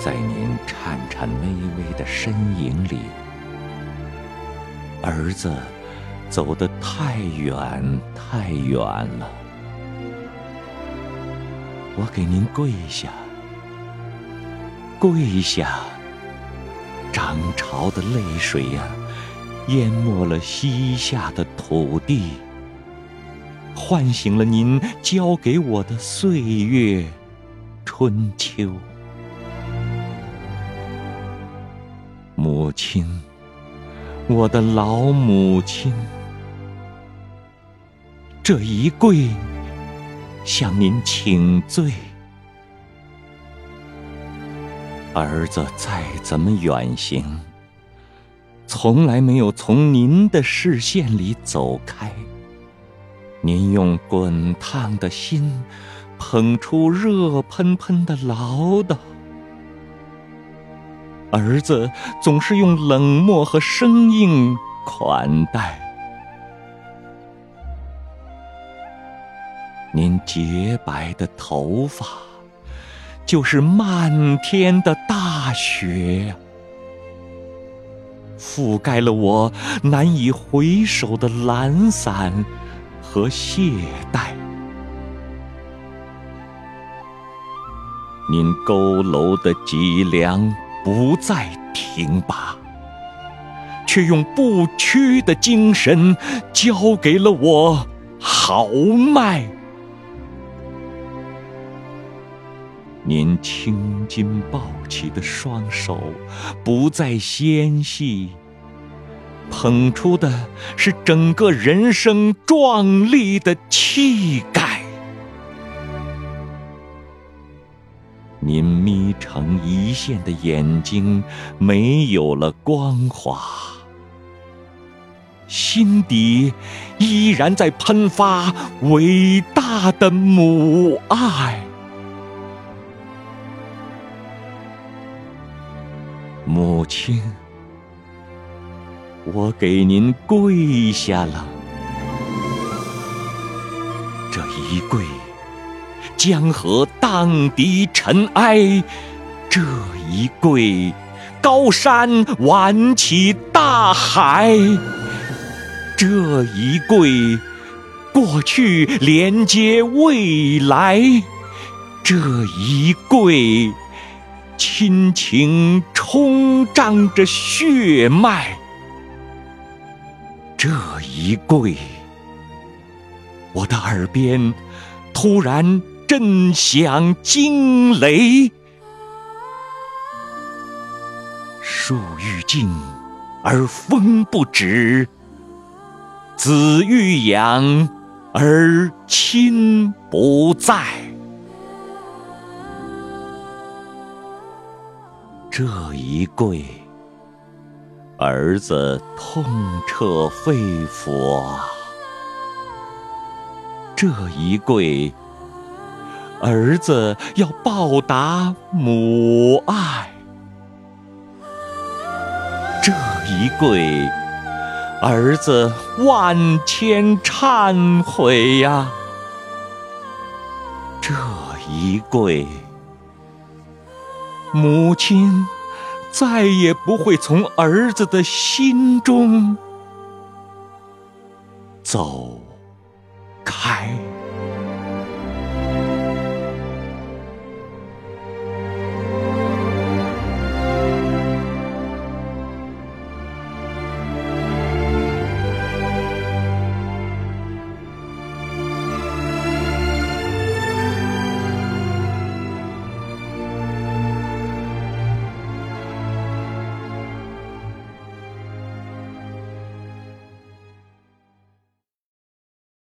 在您颤颤巍巍的身影里。儿子走得太远太远了，我给您跪下，跪下。涨潮的泪水呀，淹没了膝下的土地，唤醒了您交给我的岁月春秋。母亲，我的老母亲，这一跪向您请罪。儿子再怎么远行，从来没有从您的视线里走开。您用滚烫的心捧出热喷喷的唠叨，儿子总是用冷漠和生硬款待。您洁白的头发就是漫天的大雪呀，覆盖了我难以回首的懒散和懈怠。您佝偻的脊梁不再挺拔，却用不屈的精神交给了我豪迈。您青筋暴起的双手不再纤细，捧出的是整个人生壮丽的气概。您眯成一线的眼睛没有了光华，心底依然在喷发伟大的母爱。母亲，我给您跪下了。这一跪，江河荡涤尘埃；这一跪，高山挽起大海；这一跪，过去连接未来；这一跪，亲情冲胀着血脉。这一跪，我的耳边突然震响惊雷。树欲静而风不止，子欲养而亲不在。这一跪，儿子痛彻肺腑啊！这一跪，儿子要报答母爱。这一跪，儿子万千忏悔呀！这一跪，母亲再也不会从儿子的心中走开。